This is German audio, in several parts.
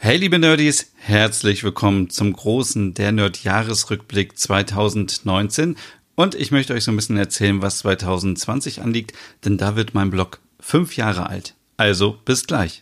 Hey liebe Nerdies, herzlich willkommen zum großen Der Nerd-Jahresrückblick 2019 und ich möchte euch so ein bisschen erzählen, was 2020 anliegt, denn da wird mein Blog 5 Jahre alt. Also bis gleich.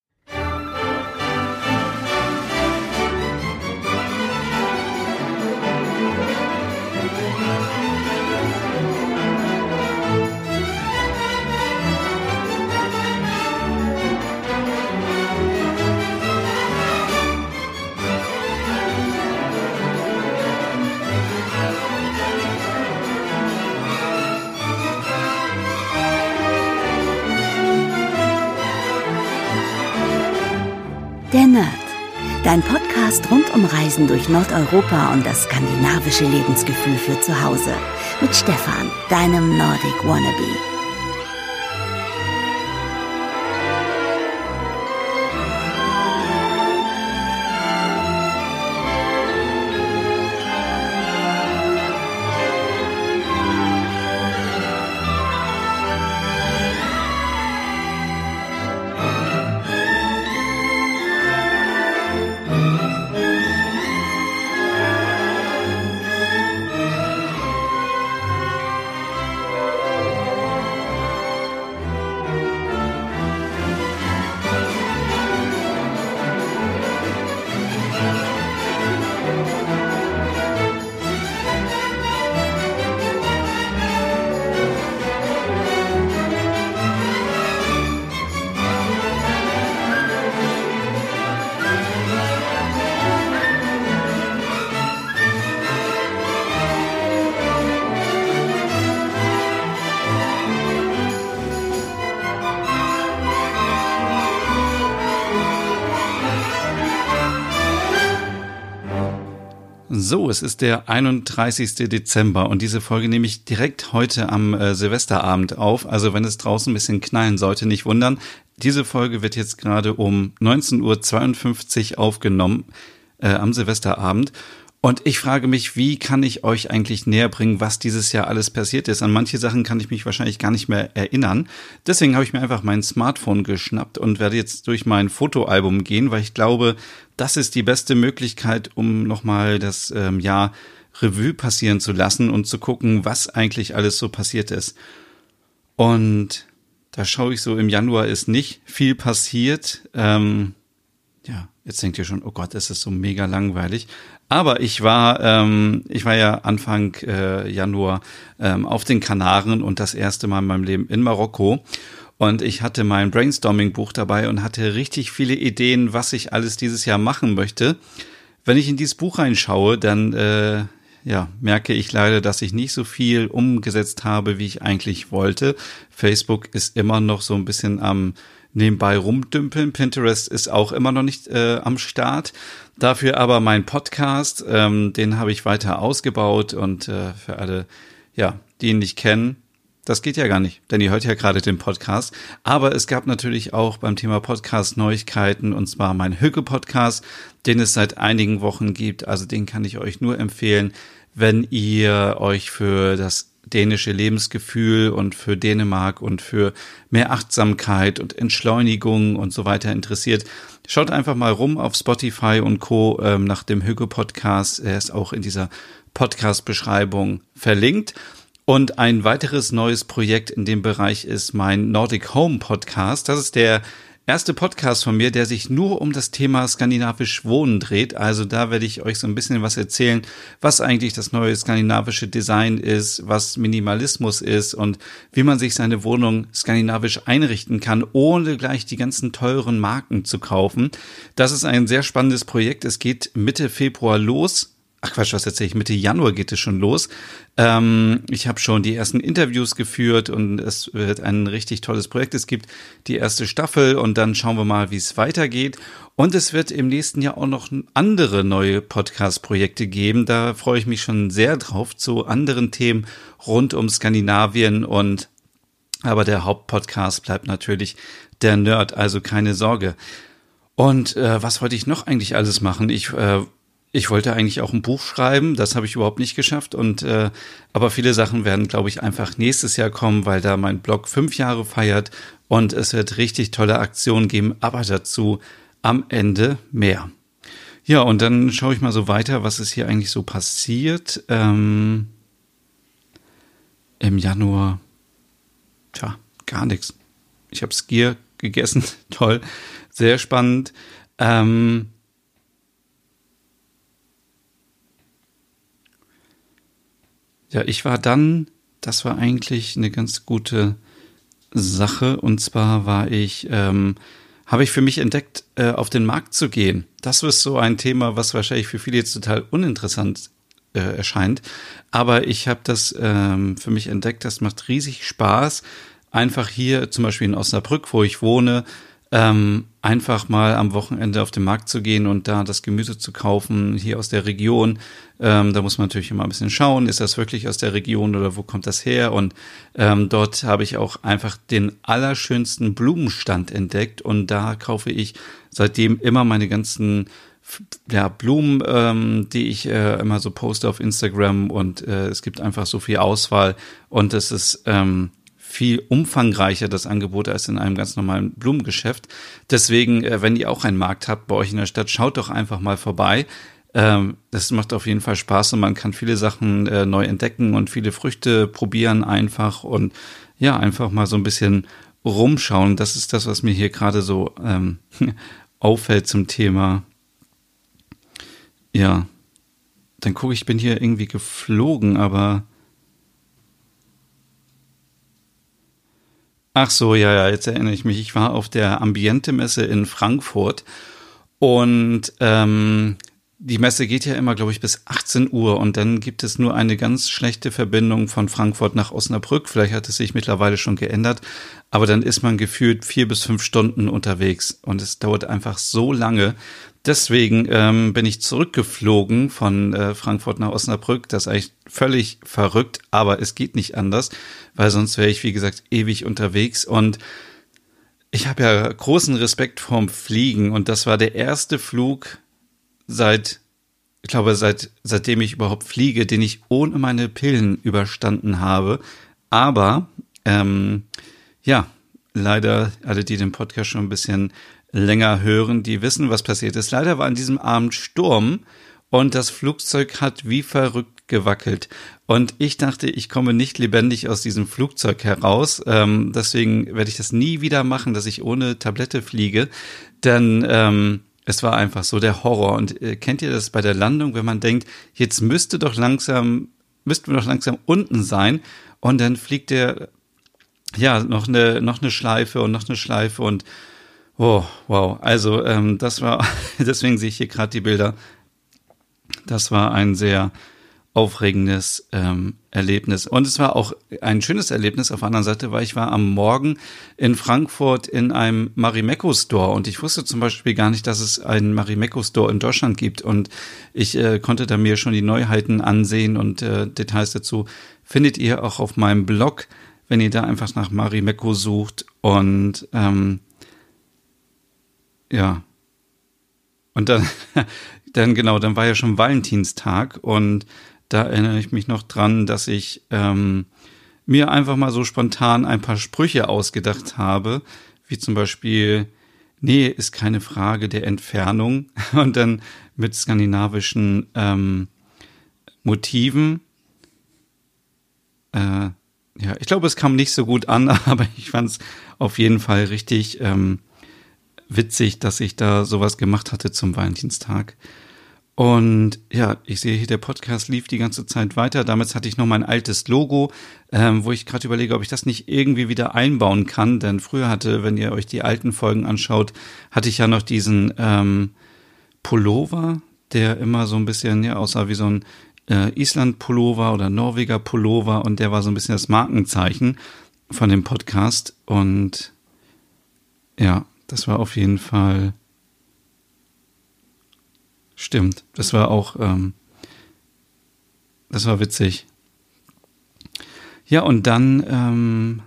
Der Nerd, dein Podcast rund um Reisen durch Nordeuropa und das skandinavische Lebensgefühl für zu Hause. Mit Stefan, deinem Nordic Wannabe. So, es ist der 31. Dezember und diese Folge nehme ich direkt heute am Silvesterabend auf. Also wenn es draußen ein bisschen knallen sollte, nicht wundern. Diese Folge wird jetzt gerade um 19:52 Uhr aufgenommen am Silvesterabend. Und ich frage mich, wie kann ich euch eigentlich näher bringen, was dieses Jahr alles passiert ist? An manche Sachen kann ich mich wahrscheinlich gar nicht mehr erinnern. Deswegen habe ich mir einfach mein Smartphone geschnappt und werde jetzt durch mein Fotoalbum gehen, weil ich glaube, das ist die beste Möglichkeit, um nochmal das Jahr Revue passieren zu lassen und zu gucken, was eigentlich alles so passiert ist. Und da schaue ich so, im Januar ist nicht viel passiert. Jetzt denkt ihr schon, oh Gott, das ist so mega langweilig. Aber ich war ja Anfang Januar auf den Kanaren und das erste Mal in meinem Leben in Marokko. Und ich hatte mein Brainstorming-Buch dabei und hatte richtig viele Ideen, was ich alles dieses Jahr machen möchte. Wenn ich in dieses Buch reinschaue, dann merke ich leider, dass ich nicht so viel umgesetzt habe, wie ich eigentlich wollte. Facebook ist immer noch so ein bisschen am nebenbei rumdümpeln. Pinterest ist auch immer noch nicht am Start. Dafür aber mein Podcast, den habe ich weiter ausgebaut und für alle, die ihn nicht kennen, das geht ja gar nicht, denn ihr hört ja gerade den Podcast. Aber es gab natürlich auch beim Thema Podcast Neuigkeiten, und zwar mein Hücke-Podcast, den es seit einigen Wochen gibt. Also den kann ich euch nur empfehlen, wenn ihr euch für das dänische Lebensgefühl und für Dänemark und für mehr Achtsamkeit und Entschleunigung und so weiter interessiert. Schaut einfach mal rum auf Spotify und Co. Nach dem Hücke-Podcast. Er ist auch in dieser Podcast-Beschreibung verlinkt. Und ein weiteres neues Projekt in dem Bereich ist mein Nordic Home Podcast. Das ist der erste Podcast von mir, der sich nur um das Thema skandinavisch Wohnen dreht. Also da werde ich euch so ein bisschen was erzählen, was eigentlich das neue skandinavische Design ist, was Minimalismus ist und wie man sich seine Wohnung skandinavisch einrichten kann, ohne gleich die ganzen teuren Marken zu kaufen. Das ist ein sehr spannendes Projekt. Es geht Mitte Februar los. Ach Quatsch, was erzähle ich? Mitte Januar geht es schon los. Ich habe schon die ersten Interviews geführt und es wird ein richtig tolles Projekt. Es gibt die erste Staffel und dann schauen wir mal, wie es weitergeht. Und es wird im nächsten Jahr auch noch andere neue Podcast-Projekte geben. Da freue ich mich schon sehr drauf, zu anderen Themen rund um Skandinavien. Aber der Hauptpodcast bleibt natürlich der Nerd, also keine Sorge. Und was wollte ich noch eigentlich alles machen? Ich wollte eigentlich auch ein Buch schreiben, das habe ich überhaupt nicht geschafft. Aber viele Sachen werden, glaube ich, einfach nächstes Jahr kommen, weil da mein Blog 5 Jahre feiert und es wird richtig tolle Aktionen geben. Aber dazu am Ende mehr. Ja, und dann schaue ich mal so weiter, was ist hier eigentlich so passiert. Im Januar, gar nichts. Ich habe Skier gegessen, toll, sehr spannend. Ich war dann, das war eigentlich eine ganz gute Sache, und zwar habe ich für mich entdeckt, auf den Markt zu gehen. Das ist so ein Thema, was wahrscheinlich für viele jetzt total uninteressant erscheint, aber ich habe das für mich entdeckt, das macht riesig Spaß, einfach hier zum Beispiel in Osnabrück, wo ich wohne, einfach mal am Wochenende auf den Markt zu gehen und da das Gemüse zu kaufen, hier aus der Region. Da muss man natürlich immer ein bisschen schauen, ist das wirklich aus der Region oder wo kommt das her? Und dort habe ich auch einfach den allerschönsten Blumenstand entdeckt und da kaufe ich seitdem immer meine ganzen Blumen, die ich immer so poste auf Instagram, und es gibt einfach so viel Auswahl und es ist viel umfangreicher, das Angebot, als in einem ganz normalen Blumengeschäft. Deswegen, wenn ihr auch einen Markt habt bei euch in der Stadt, schaut doch einfach mal vorbei. Das macht auf jeden Fall Spaß und man kann viele Sachen neu entdecken und viele Früchte probieren einfach und einfach mal so ein bisschen rumschauen. Das ist das, was mir hier gerade so auffällt zum Thema. Ja, dann gucke ich, bin hier irgendwie geflogen, aber ach so, ja, jetzt erinnere ich mich. Ich war auf der Ambiente-Messe in Frankfurt und die Messe geht ja immer, glaube ich, bis 18 Uhr und dann gibt es nur eine ganz schlechte Verbindung von Frankfurt nach Osnabrück. Vielleicht hat es sich mittlerweile schon geändert, aber dann ist man gefühlt 4 bis 5 Stunden unterwegs und es dauert einfach so lange. Deswegen bin ich zurückgeflogen von Frankfurt nach Osnabrück. Das ist eigentlich völlig verrückt, aber es geht nicht anders, weil sonst wäre ich, wie gesagt, ewig unterwegs. Und ich habe ja großen Respekt vorm Fliegen und das war der erste Flug seitdem ich überhaupt fliege, den ich ohne meine Pillen überstanden habe. Aber leider alle, die den Podcast schon ein bisschen länger hören, die wissen, was passiert ist. Leider war an diesem Abend Sturm und das Flugzeug hat wie verrückt gewackelt. Und ich dachte, ich komme nicht lebendig aus diesem Flugzeug heraus. Deswegen werde ich das nie wieder machen, dass ich ohne Tablette fliege. Denn es war einfach so der Horror. Und kennt ihr das bei der Landung, wenn man denkt, jetzt müssten wir doch langsam unten sein. Und dann fliegt der noch eine Schleife und noch eine Schleife und oh, wow. Also das war, deswegen sehe ich hier gerade die Bilder. Das war ein sehr aufregendes Erlebnis. Und es war auch ein schönes Erlebnis auf der anderen Seite, weil ich war am Morgen in Frankfurt in einem Marimekko-Store und ich wusste zum Beispiel gar nicht, dass es einen Marimekko-Store in Deutschland gibt und ich konnte da mir schon die Neuheiten ansehen und Details dazu findet ihr auch auf meinem Blog, wenn ihr da einfach nach Marimekko sucht und und dann dann war ja schon Valentinstag und da erinnere ich mich noch dran, dass ich mir einfach mal so spontan ein paar Sprüche ausgedacht habe, wie zum Beispiel, Nähe ist keine Frage der Entfernung und dann mit skandinavischen Motiven. Ich glaube, es kam nicht so gut an, aber ich fand es auf jeden Fall richtig witzig, dass ich da sowas gemacht hatte zum Valentinstag. Und ich sehe hier, der Podcast lief die ganze Zeit weiter. Damals hatte ich noch mein altes Logo, wo ich gerade überlege, ob ich das nicht irgendwie wieder einbauen kann. Denn früher wenn ihr euch die alten Folgen anschaut, hatte ich ja noch diesen Pullover, der immer so ein bisschen aussah wie so ein Island-Pullover oder Norweger-Pullover. Und der war so ein bisschen das Markenzeichen von dem Podcast. Und das war auf jeden Fall, stimmt, das war auch, das war witzig. Ja, und dann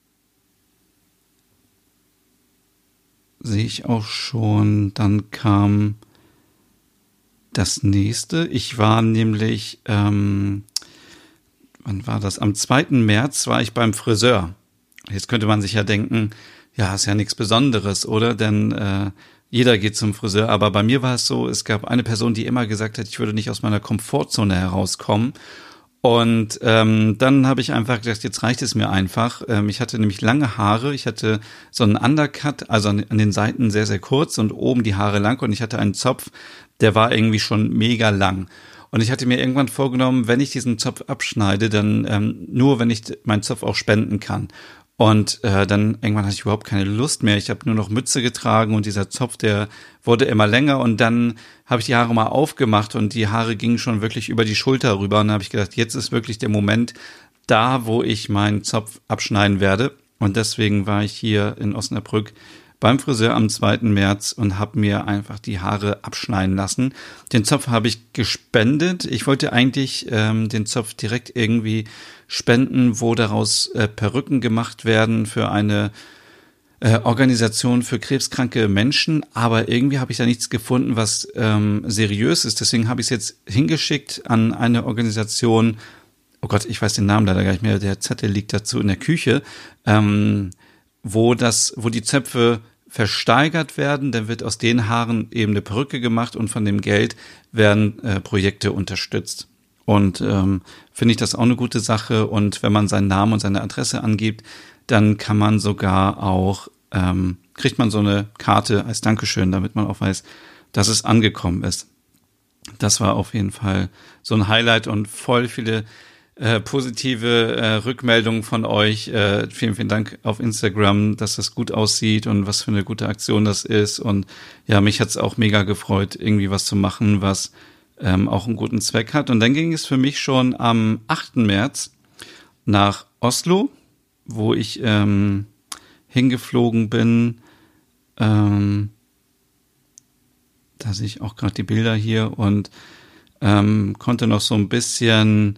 sehe ich auch schon, dann kam das nächste. Ich war nämlich, wann war das? Am 2. März war ich beim Friseur. Jetzt könnte man sich ja denken, ist ja nichts Besonderes, oder? Denn jeder geht zum Friseur, aber bei mir war es so, es gab eine Person, die immer gesagt hat, ich würde nicht aus meiner Komfortzone herauskommen. Und dann habe ich einfach gedacht, jetzt reicht es mir einfach. Ich hatte nämlich lange Haare, ich hatte so einen Undercut, also an den Seiten sehr, sehr kurz und oben die Haare lang und ich hatte einen Zopf, der war irgendwie schon mega lang. Und ich hatte mir irgendwann vorgenommen, wenn ich diesen Zopf abschneide, dann nur, wenn ich meinen Zopf auch spenden kann. Und dann irgendwann hatte ich überhaupt keine Lust mehr. Ich habe nur noch Mütze getragen und dieser Zopf, der wurde immer länger. Und dann habe ich die Haare mal aufgemacht und die Haare gingen schon wirklich über die Schulter rüber. Und dann habe ich gedacht, jetzt ist wirklich der Moment da, wo ich meinen Zopf abschneiden werde. Und deswegen war ich hier in Osnabrück beim Friseur am 2. März und habe mir einfach die Haare abschneiden lassen. Den Zopf habe ich gespendet. Ich wollte eigentlich den Zopf direkt irgendwie spenden, wo daraus Perücken gemacht werden für eine Organisation für krebskranke Menschen. Aber irgendwie habe ich da nichts gefunden, was seriös ist. Deswegen habe ich es jetzt hingeschickt an eine Organisation. Oh Gott, ich weiß den Namen leider gar nicht mehr. Der Zettel liegt dazu in der Küche, wo die Zöpfe versteigert werden, dann wird aus den Haaren eben eine Perücke gemacht und von dem Geld werden Projekte unterstützt. Und finde ich das auch eine gute Sache. Und wenn man seinen Namen und seine Adresse angibt, dann kann man sogar auch, kriegt man so eine Karte als Dankeschön, damit man auch weiß, dass es angekommen ist. Das war auf jeden Fall so ein Highlight und voll viele positive Rückmeldungen von euch. Vielen, vielen Dank auf Instagram, dass das gut aussieht und was für eine gute Aktion das ist. Und ja, mich hat's auch mega gefreut, irgendwie was zu machen, was auch einen guten Zweck hat. Und dann ging es für mich schon am 8. März nach Oslo, wo ich hingeflogen bin. Da sehe ich auch gerade die Bilder hier und konnte noch so ein bisschen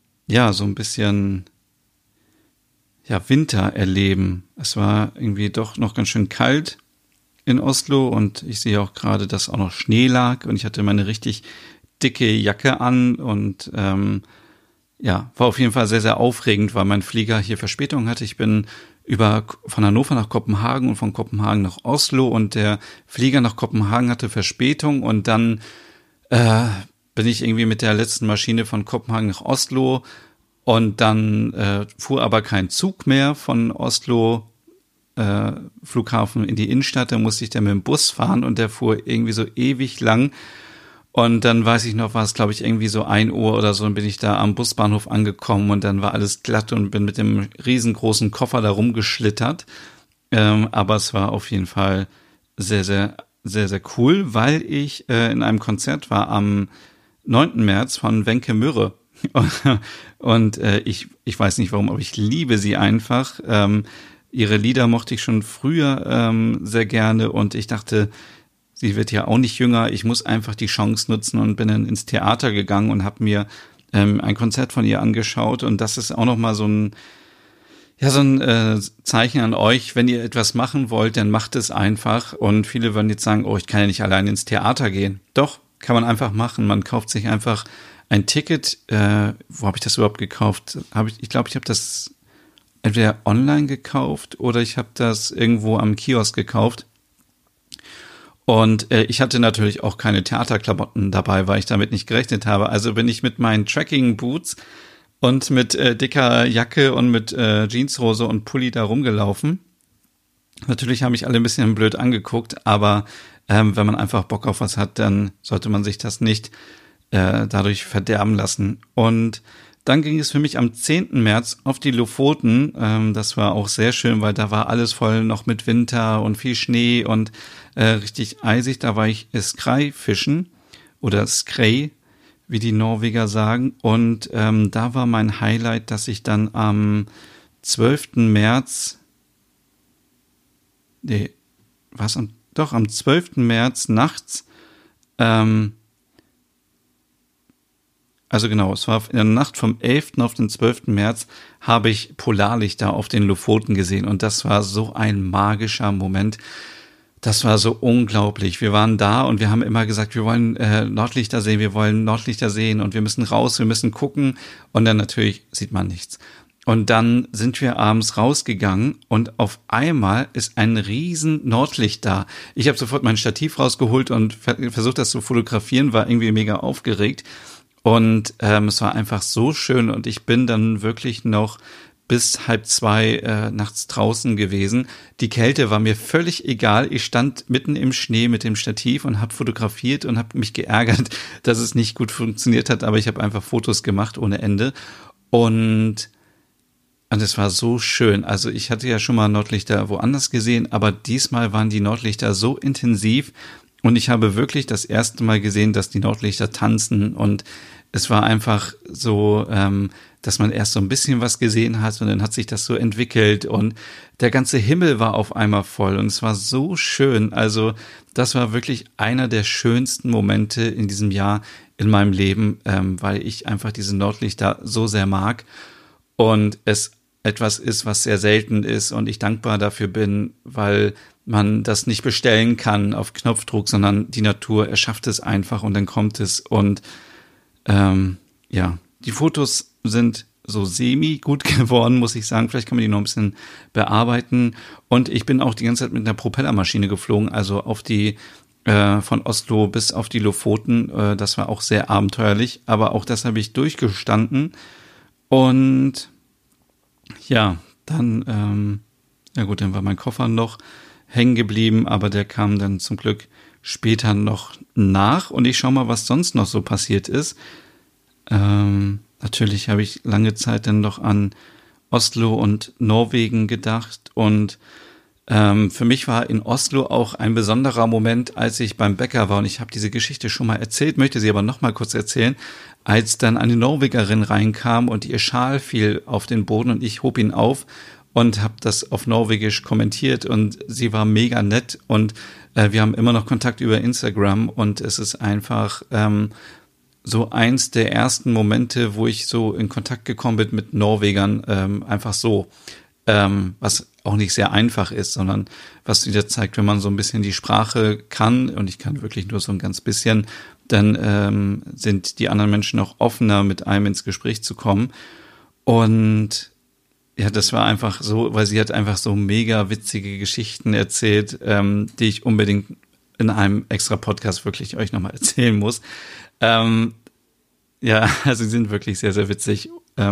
Winter erleben. Es war irgendwie doch noch ganz schön kalt in Oslo und ich sehe auch gerade, dass auch noch Schnee lag und ich hatte meine richtig dicke Jacke an und war auf jeden Fall sehr, sehr aufregend, weil mein Flieger hier Verspätung hatte. Ich bin von Hannover nach Kopenhagen und von Kopenhagen nach Oslo und der Flieger nach Kopenhagen hatte Verspätung und dann bin ich irgendwie mit der letzten Maschine von Kopenhagen nach Oslo und dann fuhr aber kein Zug mehr von Oslo Flughafen in die Innenstadt, da musste ich dann mit dem Bus fahren und der fuhr irgendwie so ewig lang und dann weiß ich noch, war es glaube ich irgendwie so 1 Uhr oder so, dann bin ich da am Busbahnhof angekommen und dann war alles glatt und bin mit dem riesengroßen Koffer da rumgeschlittert, aber es war auf jeden Fall sehr, sehr, sehr, sehr cool, weil ich in einem Konzert war am 9. März von Wenke Mürre. Und ich weiß nicht warum, aber ich liebe sie einfach. Ihre Lieder mochte ich schon früher sehr gerne und ich dachte, sie wird ja auch nicht jünger. Ich muss einfach die Chance nutzen und bin dann ins Theater gegangen und habe mir ein Konzert von ihr angeschaut und das ist auch nochmal so ein Zeichen an euch, wenn ihr etwas machen wollt, dann macht es einfach. Und viele würden jetzt sagen, ich kann ja nicht allein ins Theater gehen. Doch, kann man einfach machen. Man kauft sich einfach ein Ticket. Wo habe ich das überhaupt gekauft? Ich glaube, ich habe das entweder online gekauft oder ich habe das irgendwo am Kiosk gekauft. Und ich hatte natürlich auch keine Theaterklamotten dabei, weil ich damit nicht gerechnet habe. Also bin ich mit meinen Trekking-Boots und mit dicker Jacke und mit Jeanshose und Pulli da rumgelaufen. Natürlich haben mich alle ein bisschen blöd angeguckt, aber wenn man einfach Bock auf was hat, dann sollte man sich das nicht dadurch verderben lassen. Und dann ging es für mich am 10. März auf die Lofoten. Das war auch sehr schön, weil da war alles voll noch mit Winter und viel Schnee und richtig eisig. Da war ich Skrei fischen oder Skrei, wie die Norweger sagen. Und da war mein Highlight, dass ich dann am 12. März, am 12. März nachts, es war in der Nacht vom 11. auf den 12. März, habe ich Polarlichter auf den Lofoten gesehen und das war so ein magischer Moment. Das war so unglaublich. Wir waren da und wir haben immer gesagt, wir wollen Nordlichter sehen und wir müssen raus, wir müssen gucken und dann natürlich sieht man nichts. Und dann sind wir abends rausgegangen und auf einmal ist ein riesen Nordlicht da. Ich habe sofort mein Stativ rausgeholt und versucht, das zu fotografieren, war irgendwie mega aufgeregt. Und es war einfach so schön und ich bin dann wirklich noch bis 1:30 nachts draußen gewesen. Die Kälte war mir völlig egal. Ich stand mitten im Schnee mit dem Stativ und habe fotografiert und habe mich geärgert, dass es nicht gut funktioniert hat, aber ich habe einfach Fotos gemacht ohne Ende. Und es war so schön. Also ich hatte ja schon mal Nordlichter woanders gesehen, aber diesmal waren die Nordlichter so intensiv und ich habe wirklich das erste Mal gesehen, dass die Nordlichter tanzen und es war einfach so, dass man erst so ein bisschen was gesehen hat und dann hat sich das so entwickelt und der ganze Himmel war auf einmal voll und es war so schön. Also das war wirklich einer der schönsten Momente in diesem Jahr in meinem Leben, weil ich einfach diese Nordlichter so sehr mag und es etwas ist, was sehr selten ist und ich dankbar dafür bin, weil man das nicht bestellen kann auf Knopfdruck, sondern die Natur erschafft es einfach und dann kommt es und die Fotos sind so semi gut geworden, muss ich sagen. Vielleicht kann man die noch ein bisschen bearbeiten. Und ich bin auch die ganze Zeit mit einer Propellermaschine geflogen, also auf die von Oslo bis auf die Lofoten. Das war auch sehr abenteuerlich, aber auch das habe ich durchgestanden. Und ja, dann, dann war mein Koffer noch hängen geblieben, aber der kam dann zum Glück später noch nach. Und ich schaue mal, was sonst noch so passiert ist. Natürlich habe ich lange Zeit dann noch an Oslo und Norwegen gedacht und für mich war in Oslo auch ein besonderer Moment, als ich beim Bäcker war und ich habe diese Geschichte schon mal erzählt, möchte sie aber noch mal kurz erzählen, als dann eine Norwegerin reinkam und ihr Schal fiel auf den Boden und ich hob ihn auf und habe das auf Norwegisch kommentiert und sie war mega nett und wir haben immer noch Kontakt über Instagram und es ist einfach so eins der ersten Momente, wo ich so in Kontakt gekommen bin mit Norwegern, einfach so, was auch nicht sehr einfach ist, sondern was wieder zeigt, wenn man so ein bisschen die Sprache kann, und ich kann wirklich nur so ein ganz bisschen, dann sind die anderen Menschen auch offener, mit einem ins Gespräch zu kommen. Und ja, das war einfach so, weil sie hat einfach so mega witzige Geschichten erzählt, die ich unbedingt in einem extra Podcast wirklich euch nochmal erzählen muss. Also sie sind wirklich sehr, sehr witzig.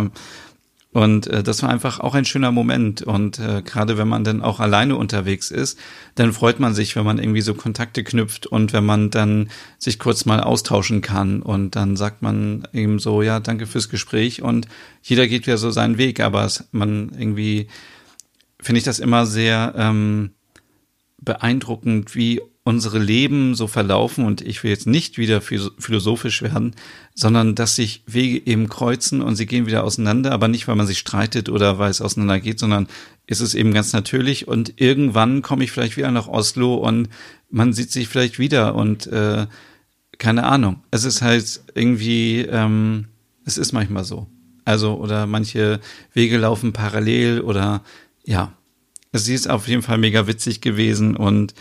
Und das war einfach auch ein schöner Moment. Und gerade wenn man dann auch alleine unterwegs ist, dann freut man sich, wenn man irgendwie so Kontakte knüpft und wenn man dann sich kurz mal austauschen kann. Und dann sagt man eben so, ja, danke fürs Gespräch. Und jeder geht wieder so seinen Weg. Aber man irgendwie, finde ich das immer sehr beeindruckend, wie unsere Leben so verlaufen, und ich will jetzt nicht wieder philosophisch werden, sondern dass sich Wege eben kreuzen und sie gehen wieder auseinander, aber nicht, weil man sich streitet oder weil es auseinander geht, sondern ist es eben ganz natürlich und irgendwann komme ich vielleicht wieder nach Oslo und man sieht sich vielleicht wieder und keine Ahnung. Es ist halt irgendwie, es ist manchmal so. Also, oder manche Wege laufen parallel oder ja. Es ist auf jeden Fall mega witzig gewesen und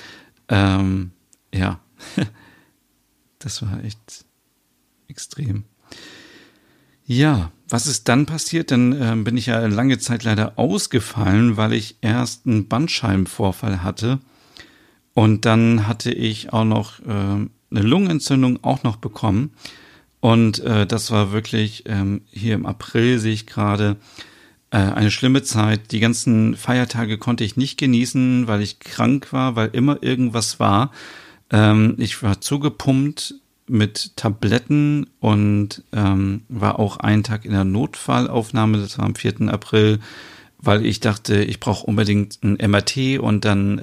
das war echt extrem. Ja, was ist dann passiert? Dann bin ich ja lange Zeit leider ausgefallen, weil ich erst einen Bandscheibenvorfall hatte und dann hatte ich auch noch eine Lungenentzündung auch noch bekommen und das war wirklich hier im April, sehe ich gerade, eine schlimme Zeit. Die ganzen Feiertage konnte ich nicht genießen, weil ich krank war, weil immer irgendwas war. Ich war zugepumpt mit Tabletten und war auch einen Tag in der Notfallaufnahme, das war am 4. April, weil ich dachte, ich brauche unbedingt ein MRT und dann,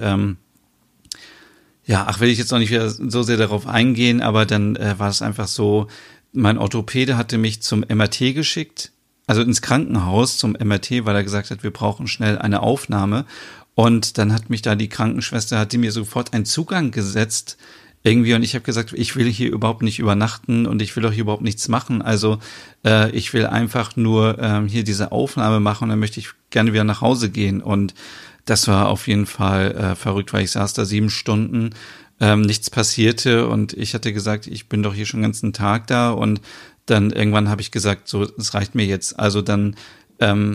will ich jetzt noch nicht wieder so sehr darauf eingehen, aber dann war es einfach so, mein Orthopäde hatte mich zum MRT geschickt, also ins Krankenhaus zum MRT, weil er gesagt hat, wir brauchen schnell eine Aufnahme. Und dann hat mich da die Krankenschwester, hat die mir sofort einen Zugang gesetzt irgendwie. Und ich habe gesagt, ich will hier überhaupt nicht übernachten und ich will auch hier überhaupt nichts machen. Also ich will einfach nur hier diese Aufnahme machen und dann möchte ich gerne wieder nach Hause gehen. Und das war auf jeden Fall verrückt, weil ich saß da 7 Stunden, nichts passierte. Und ich hatte gesagt, ich bin doch hier schon den ganzen Tag da und dann irgendwann habe ich gesagt, so, es reicht mir jetzt. Also dann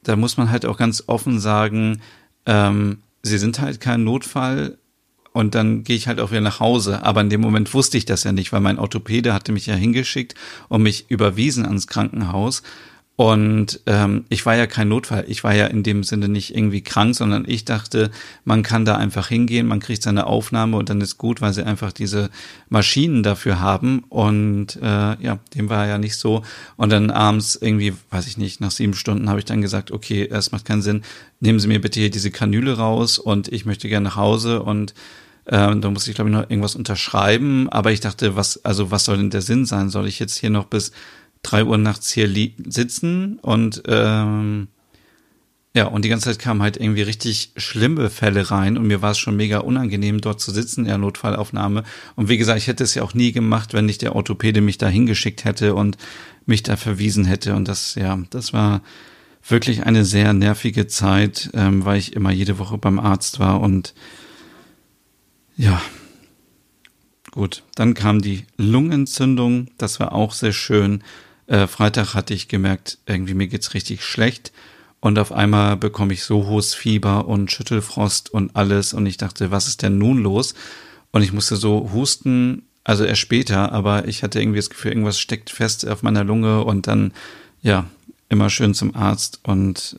da muss man halt auch ganz offen sagen, sie sind halt kein Notfall und dann gehe ich halt auch wieder nach Hause. Aber in dem Moment wusste ich das ja nicht, weil mein Orthopäde hatte mich ja hingeschickt und mich überwiesen ans Krankenhaus. Und ich war ja kein Notfall. Ich war ja in dem Sinne nicht irgendwie krank, sondern ich dachte, man kann da einfach hingehen, man kriegt seine Aufnahme und dann ist gut, weil sie einfach diese Maschinen dafür haben. Und dem war ja nicht so. Und dann abends irgendwie, weiß ich nicht, nach 7 Stunden habe ich dann gesagt, okay, es macht keinen Sinn, nehmen Sie mir bitte hier diese Kanüle raus und ich möchte gerne nach Hause. Und da musste ich, glaube ich, noch irgendwas unterschreiben. Aber ich dachte, was soll denn der Sinn sein? Soll ich jetzt hier noch bis 3 Uhr nachts hier sitzen und und die ganze Zeit kamen halt irgendwie richtig schlimme Fälle rein und mir war es schon mega unangenehm, dort zu sitzen in der Notfallaufnahme. Und wie gesagt, ich hätte es ja auch nie gemacht, wenn nicht der Orthopäde mich da hingeschickt hätte und mich da verwiesen hätte. Und das war wirklich eine sehr nervige Zeit, weil ich immer jede Woche beim Arzt war und ja. Gut, dann kam die Lungenentzündung, das war auch sehr schön. Freitag hatte ich gemerkt, irgendwie mir geht's richtig schlecht und auf einmal bekomme ich so hohes Fieber und Schüttelfrost und alles und ich dachte, was ist denn nun los? Und ich musste so husten, also erst später, aber ich hatte irgendwie das Gefühl, irgendwas steckt fest auf meiner Lunge und dann, immer schön zum Arzt und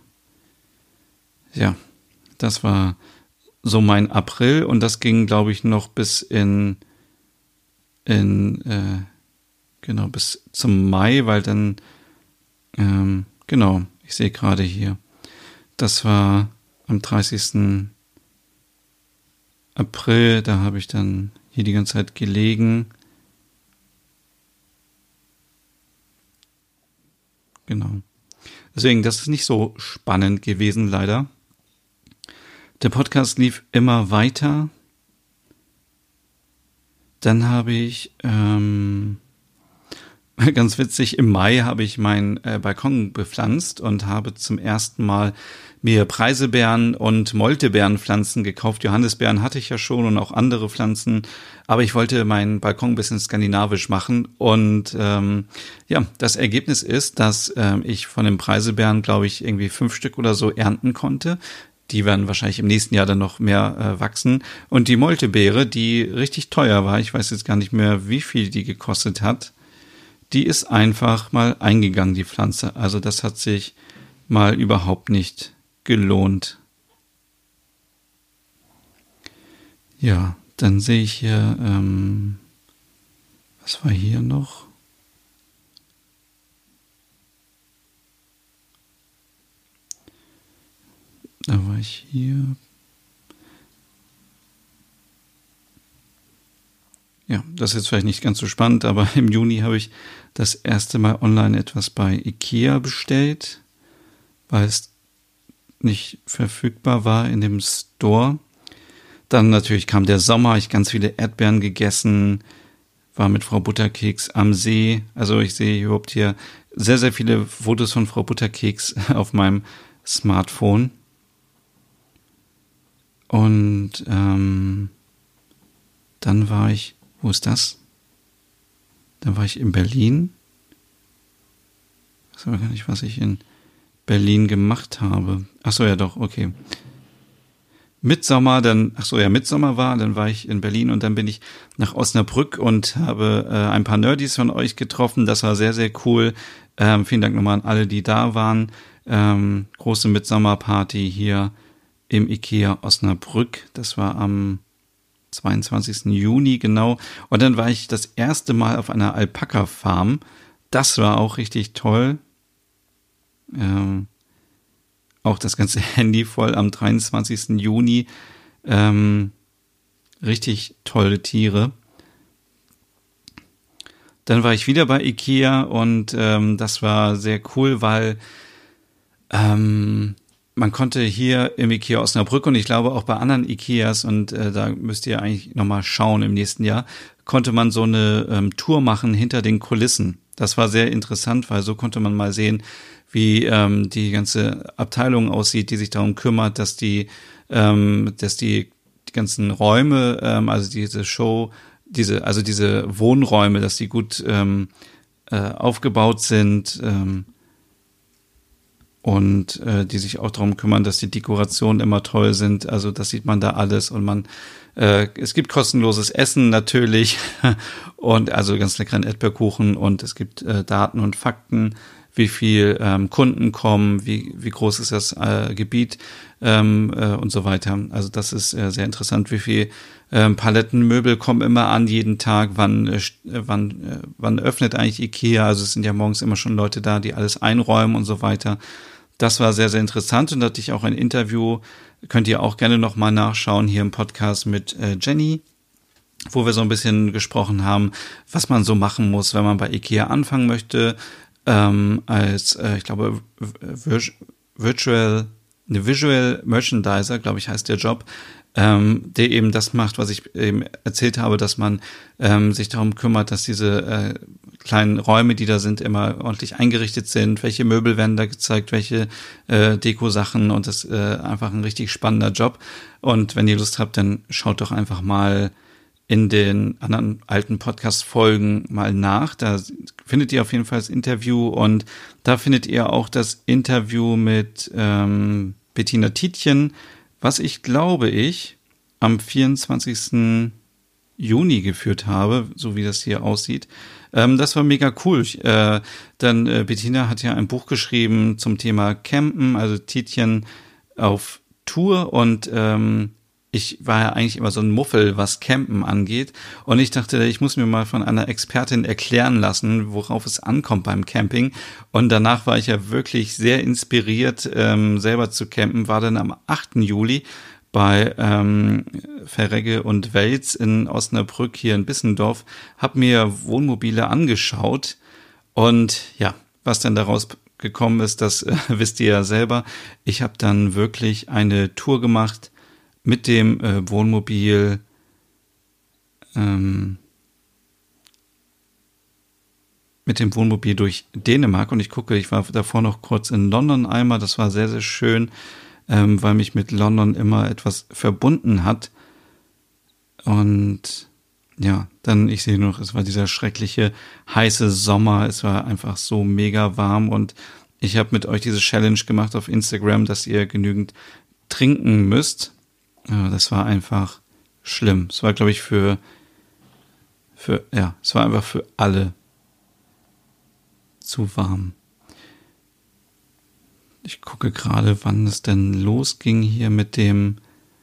das war so mein April und das ging, glaube ich, noch bis bis zum Mai, weil dann, ich sehe gerade hier, das war am 30. April, da habe ich dann hier die ganze Zeit gelegen. Genau. Deswegen, das ist nicht so spannend gewesen, leider. Der Podcast lief immer weiter. Dann habe ich, ganz witzig, im Mai habe ich meinen Balkon bepflanzt und habe zum ersten Mal mir Preiselbeeren und Moltebeerenpflanzen gekauft. Johannisbeeren hatte ich ja schon und auch andere Pflanzen, aber ich wollte meinen Balkon ein bisschen skandinavisch machen und das Ergebnis ist, dass ich von den Preiselbeeren, glaube ich, irgendwie 5 Stück oder so ernten konnte. Die werden wahrscheinlich im nächsten Jahr dann noch mehr wachsen. Und die Moltebeere, die richtig teuer war, ich weiß jetzt gar nicht mehr, wie viel die gekostet hat, die ist einfach mal eingegangen, die Pflanze. Also das hat sich mal überhaupt nicht gelohnt. Ja, dann sehe ich hier, was war hier noch? Da war ich hier. Ja, das ist jetzt vielleicht nicht ganz so spannend, aber im Juni habe ich das erste Mal online etwas bei IKEA bestellt, weil es nicht verfügbar war in dem Store. Dann natürlich kam der Sommer, ich ganz viele Erdbeeren gegessen, war mit Frau Butterkeks am See. Also ich sehe überhaupt hier sehr, sehr viele Fotos von Frau Butterkeks auf meinem Smartphone. Und dann war ich, wo ist das? Dann war ich in Berlin. Ich weiß aber gar nicht, was ich in Berlin gemacht habe. Ach so, ja doch, okay. Mitsommer war, dann war ich in Berlin und dann bin ich nach Osnabrück und habe ein paar Nerdys von euch getroffen. Das war sehr, sehr cool. Vielen Dank nochmal an alle, die da waren. Große Mitsommerparty hier im IKEA Osnabrück. Das war am 22. Juni, genau. Und dann war ich das erste Mal auf einer Alpaka-Farm. Das war auch richtig toll. Auch das ganze Handy voll am 23. Juni. Richtig tolle Tiere. Dann war ich wieder bei IKEA und das war sehr cool, weil man konnte hier im IKEA Osnabrück und ich glaube auch bei anderen IKEAs und da müsst ihr eigentlich nochmal schauen im nächsten Jahr, konnte man so eine Tour machen hinter den Kulissen. Das war sehr interessant, weil so konnte man mal sehen, wie die ganze Abteilung aussieht, die sich darum kümmert, dass die ganzen Räume, also diese Wohnräume, dass die gut aufgebaut sind. und die sich auch darum kümmern, dass die Dekorationen immer toll sind. Also das sieht man da alles und es gibt kostenloses Essen natürlich und also ganz leckeren Erdbeerkuchen und es gibt Daten und Fakten, wie viel Kunden kommen, wie groß ist das Gebiet und so weiter. Also das ist sehr interessant, wie viel Palettenmöbel kommen immer an jeden Tag, wann öffnet eigentlich IKEA, also es sind ja morgens immer schon Leute da, die alles einräumen und so weiter. Das war sehr, sehr interessant und da hatte ich auch ein Interview, könnt ihr auch gerne nochmal nachschauen, hier im Podcast mit Jenny, wo wir so ein bisschen gesprochen haben, was man so machen muss, wenn man bei IKEA anfangen möchte, ich glaube, Visual Merchandiser, glaube ich, heißt der Job, der eben das macht, was ich eben erzählt habe, dass man sich darum kümmert, dass diese kleinen Räume, die da sind, immer ordentlich eingerichtet sind, welche Möbel werden da gezeigt, welche Deko-Sachen und das ist einfach ein richtig spannender Job. Und wenn ihr Lust habt, dann schaut doch einfach mal in den anderen alten Podcast-Folgen mal nach. Da findet ihr auf jeden Fall das Interview und da findet ihr auch das Interview mit Bettina Tietjen, was ich am 24. Juni geführt habe, so wie das hier aussieht. Das war mega cool. Bettina hat ja ein Buch geschrieben zum Thema Campen, also Tietjen auf Tour und ich war ja eigentlich immer so ein Muffel, was Campen angeht. Und ich dachte, ich muss mir mal von einer Expertin erklären lassen, worauf es ankommt beim Camping. Und danach war ich ja wirklich sehr inspiriert, selber zu campen. War dann am 8. Juli bei Verregge und Welz in Osnabrück hier in Bissendorf. Hab mir Wohnmobile angeschaut. Und ja, was dann daraus gekommen ist, das wisst ihr ja selber. Ich habe dann wirklich eine Tour gemacht mit dem Wohnmobil durch Dänemark und ich war davor noch kurz in London einmal, das war sehr, sehr schön, weil mich mit London immer etwas verbunden hat und ja, dann ich sehe noch, es war dieser schreckliche heiße Sommer, es war einfach so mega warm und ich habe mit euch diese Challenge gemacht auf Instagram, dass ihr genügend trinken müsst. Das war einfach schlimm. Es war, glaube ich, es war einfach für alle zu warm. Ich gucke gerade, wann es denn losging hier mit dem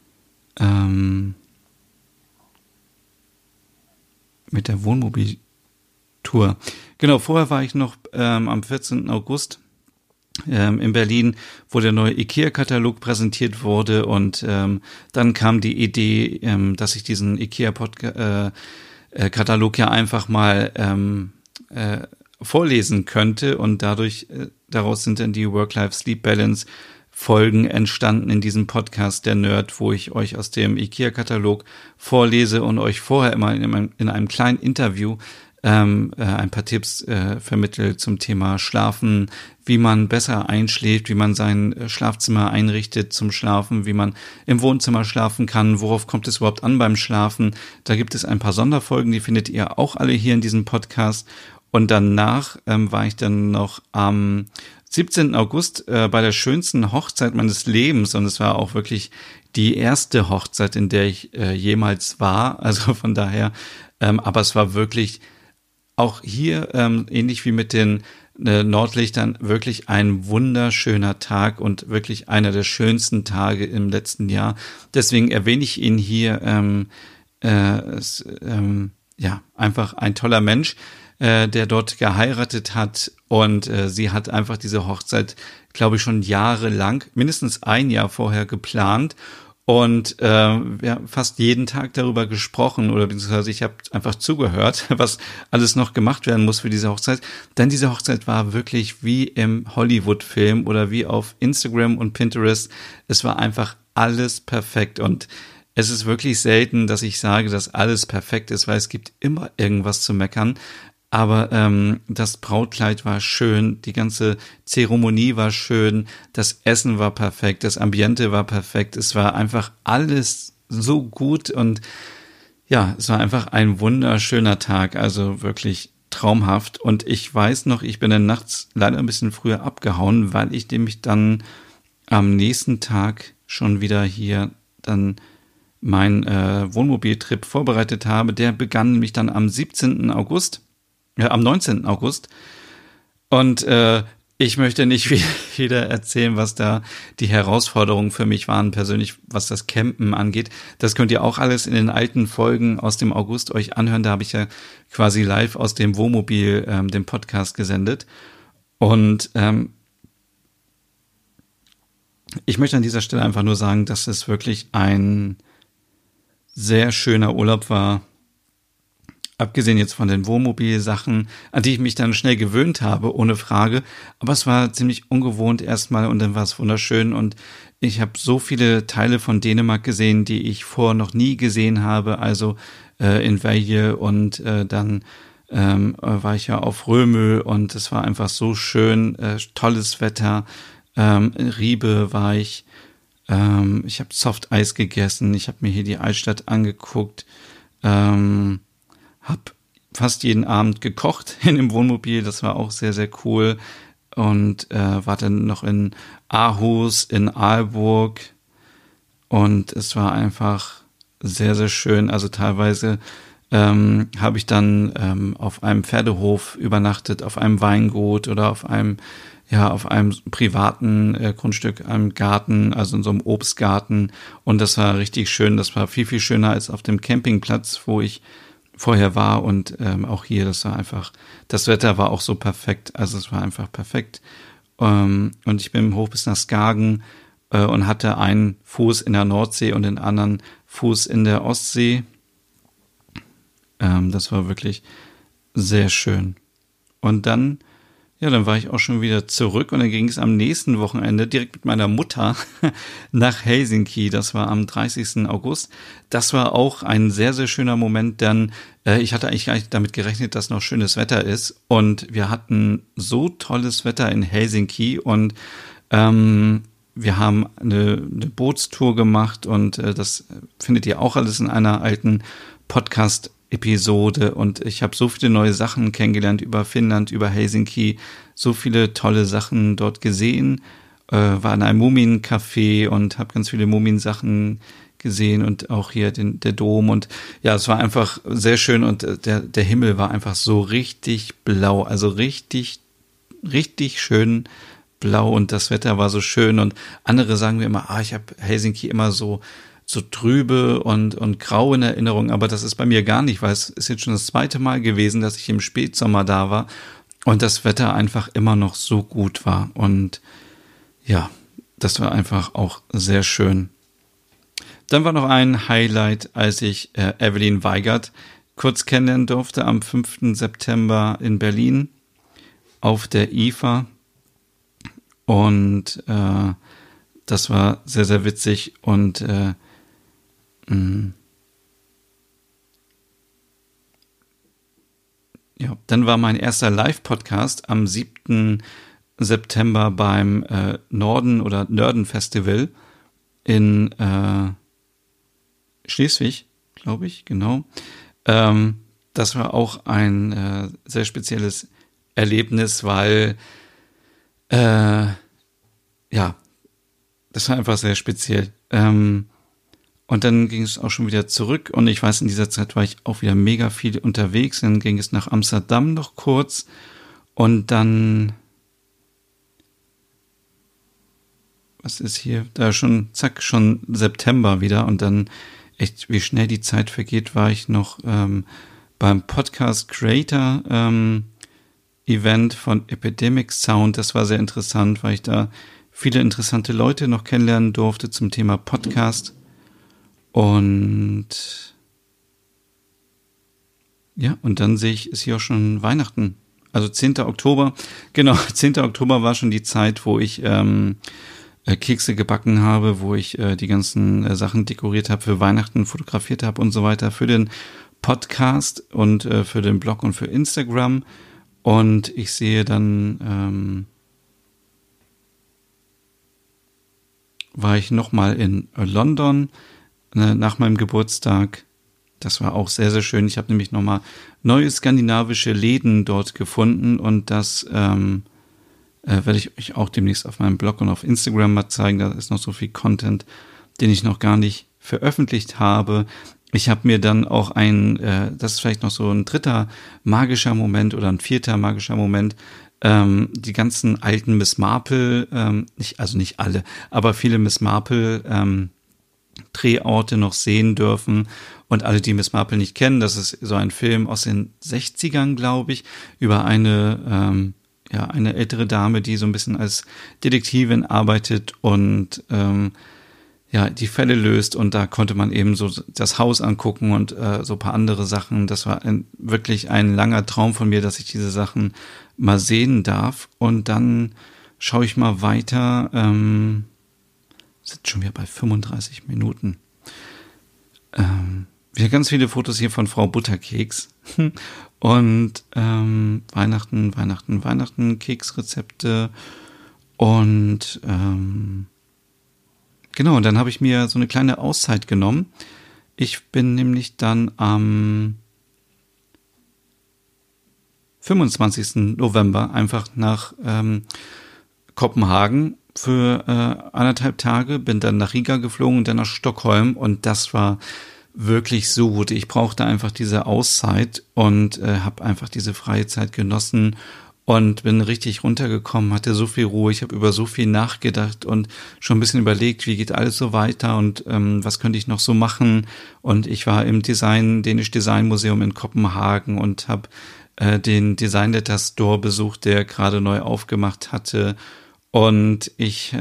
mit der Wohnmobiltour. Genau, vorher war ich noch am 14. August in Berlin, wo der neue IKEA-Katalog präsentiert wurde und dann kam die Idee, dass ich diesen IKEA-Katalog ja einfach mal vorlesen könnte und daraus sind dann die Work-Life-Sleep-Balance-Folgen entstanden in diesem Podcast der Nerd, wo ich euch aus dem IKEA-Katalog vorlese und euch vorher immer in einem kleinen Interview ein paar Tipps vermittelt zum Thema Schlafen, wie man besser einschläft, wie man sein Schlafzimmer einrichtet zum Schlafen, wie man im Wohnzimmer schlafen kann, worauf kommt es überhaupt an beim Schlafen. Da gibt es ein paar Sonderfolgen, die findet ihr auch alle hier in diesem Podcast. Und danach war ich dann noch am 17. August bei der schönsten Hochzeit meines Lebens und es war auch wirklich die erste Hochzeit, in der ich jemals war. Also von daher, aber es war wirklich auch hier, ähnlich wie mit den Nordlichtern, wirklich ein wunderschöner Tag und wirklich einer der schönsten Tage im letzten Jahr. Deswegen erwähne ich ihn hier, einfach ein toller Mensch, der dort geheiratet hat und sie hat einfach diese Hochzeit, glaube ich, schon jahrelang, mindestens ein Jahr vorher geplant. Und wir haben fast jeden Tag darüber gesprochen oder beziehungsweise ich habe einfach zugehört, was alles noch gemacht werden muss für diese Hochzeit. Denn diese Hochzeit war wirklich wie im Hollywood-Film oder wie auf Instagram und Pinterest. Es war einfach alles perfekt und es ist wirklich selten, dass ich sage, dass alles perfekt ist, weil es gibt immer irgendwas zu meckern. Aber das Brautkleid war schön, die ganze Zeremonie war schön, das Essen war perfekt, das Ambiente war perfekt, es war einfach alles so gut und ja, es war einfach ein wunderschöner Tag, also wirklich traumhaft. Und ich weiß noch, ich bin dann nachts leider ein bisschen früher abgehauen, weil ich nämlich dann am nächsten Tag schon wieder hier dann meinen Wohnmobiltrip vorbereitet habe. Der begann nämlich dann am 19. August. Und ich möchte nicht wieder erzählen, was da die Herausforderungen für mich waren, persönlich, was das Campen angeht. Das könnt ihr auch alles in den alten Folgen aus dem August euch anhören. Da habe ich ja quasi live aus dem Wohnmobil den Podcast gesendet. Und ich möchte an dieser Stelle einfach nur sagen, dass es wirklich ein sehr schöner Urlaub war. Abgesehen jetzt von den Wohnmobil-Sachen, an die ich mich dann schnell gewöhnt habe, ohne Frage. Aber es war ziemlich ungewohnt erstmal und dann war es wunderschön. Und ich habe so viele Teile von Dänemark gesehen, die ich vorher noch nie gesehen habe. Also in Vejle und dann war ich ja auf Rømø und es war einfach so schön. Tolles Wetter. In Ribe war ich. Ich habe Softeis gegessen. Ich habe mir hier die Altstadt angeguckt. Hab fast jeden Abend gekocht in dem Wohnmobil, das war auch sehr, sehr cool und war dann noch in Aarhus, in Aalborg und es war einfach sehr, sehr schön. Also teilweise habe ich dann auf einem Pferdehof übernachtet, auf einem Weingut oder auf einem privaten Grundstück, einem Garten, also in so einem Obstgarten und das war richtig schön. Das war viel, viel schöner als auf dem Campingplatz, wo ich vorher war und auch hier, das Wetter war auch so perfekt, also es war einfach perfekt und ich bin hoch bis nach Skagen und hatte einen Fuß in der Nordsee und den anderen Fuß in der Ostsee. Das war wirklich sehr schön. Und dann war ich auch schon wieder zurück und dann ging es am nächsten Wochenende direkt mit meiner Mutter nach Helsinki. Das war am 30. August. Das war auch ein sehr, sehr schöner Moment, denn ich hatte eigentlich gar nicht damit gerechnet, dass noch schönes Wetter ist. Und wir hatten so tolles Wetter in Helsinki und wir haben eine Bootstour gemacht und das findet ihr auch alles in einer alten Podcast-Episode und ich habe so viele neue Sachen kennengelernt über Finnland, über Helsinki, so viele tolle Sachen dort gesehen, war in einem Mumiencafé und habe ganz viele Mumiensachen gesehen und auch hier der Dom und ja, es war einfach sehr schön und der Himmel war einfach so richtig blau, also richtig, richtig schön blau und das Wetter war so schön und andere sagen mir immer, ich habe Helsinki immer so trübe und grau in Erinnerung, aber das ist bei mir gar nicht, weil es ist jetzt schon das zweite Mal gewesen, dass ich im Spätsommer da war und das Wetter einfach immer noch so gut war und ja, das war einfach auch sehr schön. Dann war noch ein Highlight, als ich Evelyn Weigert kurz kennenlernen durfte am 5. September in Berlin auf der IFA und das war sehr, sehr witzig und dann war mein erster Live-Podcast am 7. September beim Norden oder Nörden Festival in Schleswig, glaube ich, genau. Das war auch ein sehr spezielles Erlebnis, weil das war einfach sehr speziell. Und dann ging es auch schon wieder zurück und ich weiß, in dieser Zeit war ich auch wieder mega viel unterwegs. Dann ging es nach Amsterdam noch kurz und dann, was ist hier? Da schon September wieder und dann echt, wie schnell die Zeit vergeht, war ich noch beim Podcast Creator Event von Epidemic Sound. Das war sehr interessant, weil ich da viele interessante Leute noch kennenlernen durfte zum Thema Podcast. Und ja, und dann sehe ich, ist hier auch schon Weihnachten. Also 10. Oktober. Genau, 10. Oktober war schon die Zeit, wo ich Kekse gebacken habe, wo ich die ganzen Sachen dekoriert habe für Weihnachten, fotografiert habe und so weiter für den Podcast und für den Blog und für Instagram. Und ich sehe dann, war ich nochmal in London nach meinem Geburtstag Das war auch sehr, sehr schön. Ich habe nämlich nochmal neue skandinavische Läden dort gefunden und das werde ich euch auch demnächst auf meinem Blog und auf Instagram mal zeigen. Da ist noch so viel Content, den ich noch gar nicht veröffentlicht habe. Ich habe mir dann auch das ist vielleicht noch so ein dritter magischer Moment oder ein vierter magischer Moment, die ganzen alten Miss Marple, nicht alle, aber viele Miss Marple Drehorte noch sehen dürfen. Und alle, die Miss Marple nicht kennen, das ist so ein Film aus den 60ern, glaube ich, über eine ältere Dame, die so ein bisschen als Detektivin arbeitet und die Fälle löst, und da konnte man eben so das Haus angucken und so ein paar andere Sachen. Das war wirklich ein langer Traum von mir, dass ich diese Sachen mal sehen darf. Und dann schaue ich mal weiter. Sind schon wieder bei 35 Minuten. Wieder ganz viele Fotos hier von Frau Butterkeks. Und Weihnachten, Keksrezepte. Und genau, und dann habe ich mir so eine kleine Auszeit genommen. Ich bin nämlich dann am 25. November einfach nach Kopenhagen für 1,5 Tage, bin dann nach Riga geflogen und dann nach Stockholm, und das war wirklich so gut. Ich brauchte einfach diese Auszeit und habe einfach diese freie Zeit genossen und bin richtig runtergekommen, hatte so viel Ruhe, ich habe über so viel nachgedacht und schon ein bisschen überlegt, wie geht alles so weiter und was könnte ich noch so machen. Und ich war im Dänisch Design Museum in Kopenhagen und habe den Design Letter Store besucht, der gerade neu aufgemacht hatte. Und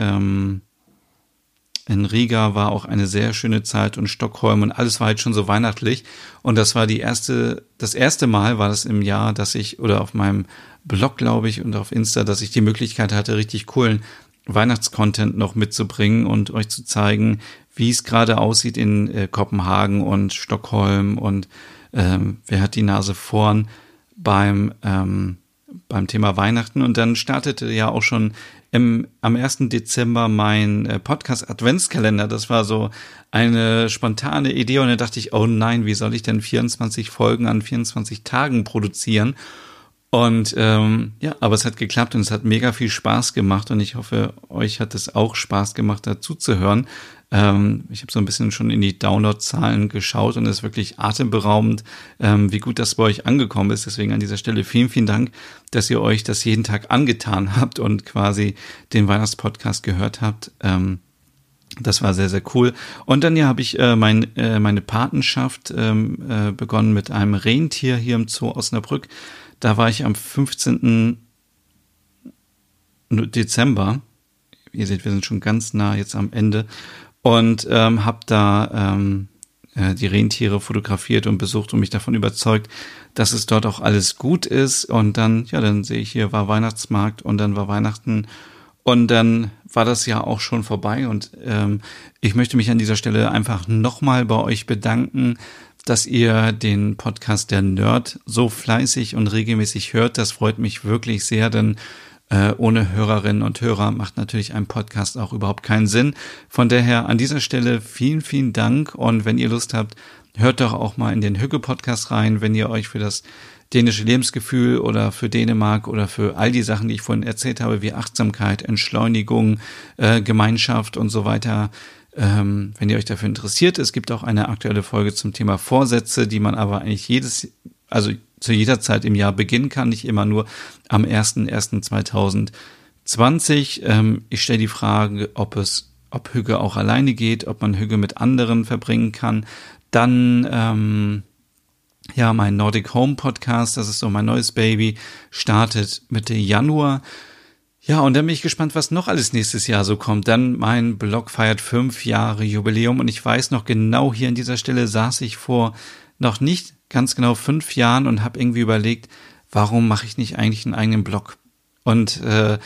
in Riga war auch eine sehr schöne Zeit und Stockholm, und alles war halt schon so weihnachtlich. Und das war das erste Mal war das im Jahr, dass ich, oder auf meinem Blog, glaube ich, und auf Insta, dass ich die Möglichkeit hatte, richtig coolen Weihnachtscontent noch mitzubringen und euch zu zeigen, wie es gerade aussieht in Kopenhagen und Stockholm und wer hat die Nase vorn beim Thema Weihnachten. Und dann startete ja auch schon am 1. Dezember mein Podcast-Adventskalender. Das war so eine spontane Idee, und da dachte ich, oh nein, wie soll ich denn 24 Folgen an 24 Tagen produzieren? Und aber es hat geklappt und es hat mega viel Spaß gemacht, und ich hoffe, euch hat es auch Spaß gemacht, dazu zu hören. Ich habe so ein bisschen schon in die Download-Zahlen geschaut, und es ist wirklich atemberaubend, wie gut das bei euch angekommen ist. Deswegen an dieser Stelle vielen, vielen Dank, dass ihr euch das jeden Tag angetan habt und quasi den Weihnachtspodcast gehört habt. Das war sehr, sehr cool. Und dann habe ich meine Patenschaft begonnen mit einem Rentier hier im Zoo Osnabrück. Da war ich am 15. Dezember. Ihr seht, wir sind schon ganz nah jetzt am Ende. Und habe da die Rentiere fotografiert und besucht und mich davon überzeugt, dass es dort auch alles gut ist. Und dann sehe ich, hier war Weihnachtsmarkt und dann war Weihnachten. Und dann war das Jahr auch schon vorbei. Und ich möchte mich an dieser Stelle einfach nochmal bei euch bedanken, dass ihr den Podcast Der Nerd so fleißig und regelmäßig hört. Das freut mich wirklich sehr, denn ohne Hörerinnen und Hörer macht natürlich ein Podcast auch überhaupt keinen Sinn. Von daher an dieser Stelle vielen, vielen Dank. Und wenn ihr Lust habt, hört doch auch mal in den Hügge-Podcast rein, wenn ihr euch für das dänische Lebensgefühl oder für Dänemark oder für all die Sachen, die ich vorhin erzählt habe, wie Achtsamkeit, Entschleunigung, Gemeinschaft und so weiter, wenn ihr euch dafür interessiert. Es gibt auch eine aktuelle Folge zum Thema Vorsätze, die man aber eigentlich zu jeder Zeit im Jahr beginnen kann, nicht immer nur am 01.01.2020. Ich stelle die Frage, ob Hügge auch alleine geht, ob man Hügge mit anderen verbringen kann. Dann mein Nordic Home Podcast, das ist so mein neues Baby, startet Mitte Januar. Ja, und dann bin ich gespannt, was noch alles nächstes Jahr so kommt. Dann mein Blog feiert 5 Jahre Jubiläum, und ich weiß noch genau, hier an dieser Stelle saß ich vor noch nicht ganz genau 5 Jahren und habe irgendwie überlegt, warum mache ich nicht eigentlich einen eigenen Blog? Und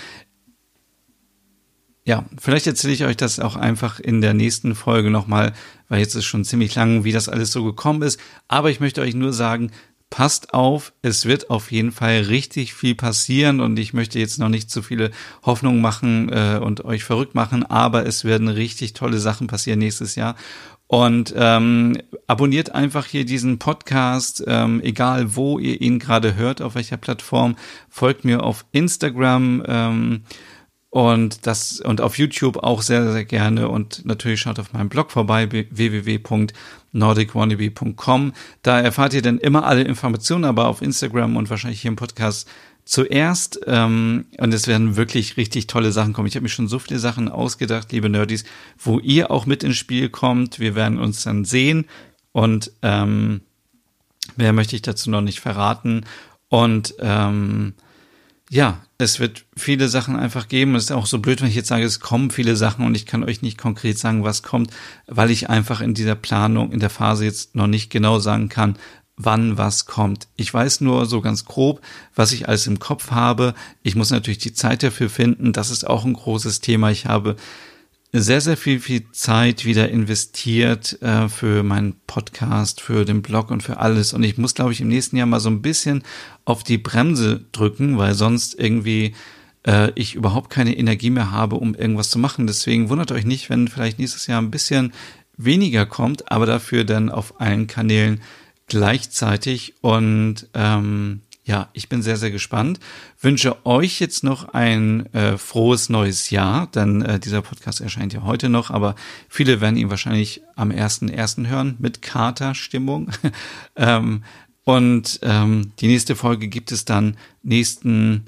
vielleicht erzähle ich euch das auch einfach in der nächsten Folge nochmal, weil jetzt ist schon ziemlich lang, wie das alles so gekommen ist. Aber ich möchte euch nur sagen, passt auf, es wird auf jeden Fall richtig viel passieren, und ich möchte jetzt noch nicht zu viele Hoffnungen machen und euch verrückt machen, aber es werden richtig tolle Sachen passieren nächstes Jahr. Und abonniert einfach hier diesen Podcast, egal wo ihr ihn gerade hört, auf welcher Plattform. Folgt mir auf Instagram und auf YouTube auch sehr, sehr gerne. Und natürlich schaut auf meinem Blog vorbei, www.nordicwannabe.com. Da erfahrt ihr dann immer alle Informationen, aber auf Instagram und wahrscheinlich hier im Podcast zuerst. Und es werden wirklich richtig tolle Sachen kommen. Ich habe mir schon so viele Sachen ausgedacht, liebe Nerdies, wo ihr auch mit ins Spiel kommt. Wir werden uns dann sehen und mehr möchte ich dazu noch nicht verraten. Und ja, es wird viele Sachen einfach geben. Es ist auch so blöd, wenn ich jetzt sage, es kommen viele Sachen und ich kann euch nicht konkret sagen, was kommt, weil ich einfach in dieser Planung, in der Phase jetzt noch nicht genau sagen kann, wann was kommt. Ich weiß nur so ganz grob, was ich alles im Kopf habe. Ich muss natürlich die Zeit dafür finden. Das ist auch ein großes Thema. Ich habe sehr, sehr viel Zeit wieder investiert für meinen Podcast, für den Blog und für alles. Und ich muss, glaube ich, im nächsten Jahr mal so ein bisschen auf die Bremse drücken, weil sonst irgendwie ich überhaupt keine Energie mehr habe, um irgendwas zu machen. Deswegen wundert euch nicht, wenn vielleicht nächstes Jahr ein bisschen weniger kommt, aber dafür dann auf allen Kanälen gleichzeitig. Und ja, ich bin sehr, sehr gespannt. Wünsche euch jetzt noch ein frohes neues Jahr, denn dieser Podcast erscheint ja heute noch, aber viele werden ihn wahrscheinlich am 1.1. hören mit Katerstimmung. Und die nächste Folge gibt es dann nächsten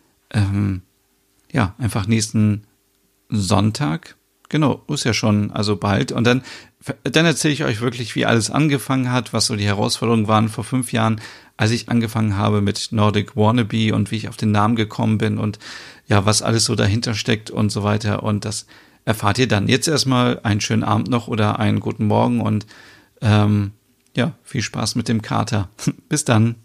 Sonntag. Genau, ist ja schon, also bald. Und dann erzähle ich euch wirklich, wie alles angefangen hat, was so die Herausforderungen waren vor 5 Jahren, als ich angefangen habe mit Nordic Wannabe und wie ich auf den Namen gekommen bin und ja, was alles so dahinter steckt und so weiter. Und das erfahrt ihr dann. Jetzt erstmal einen schönen Abend noch oder einen guten Morgen und ja, viel Spaß mit dem Kater. Bis dann.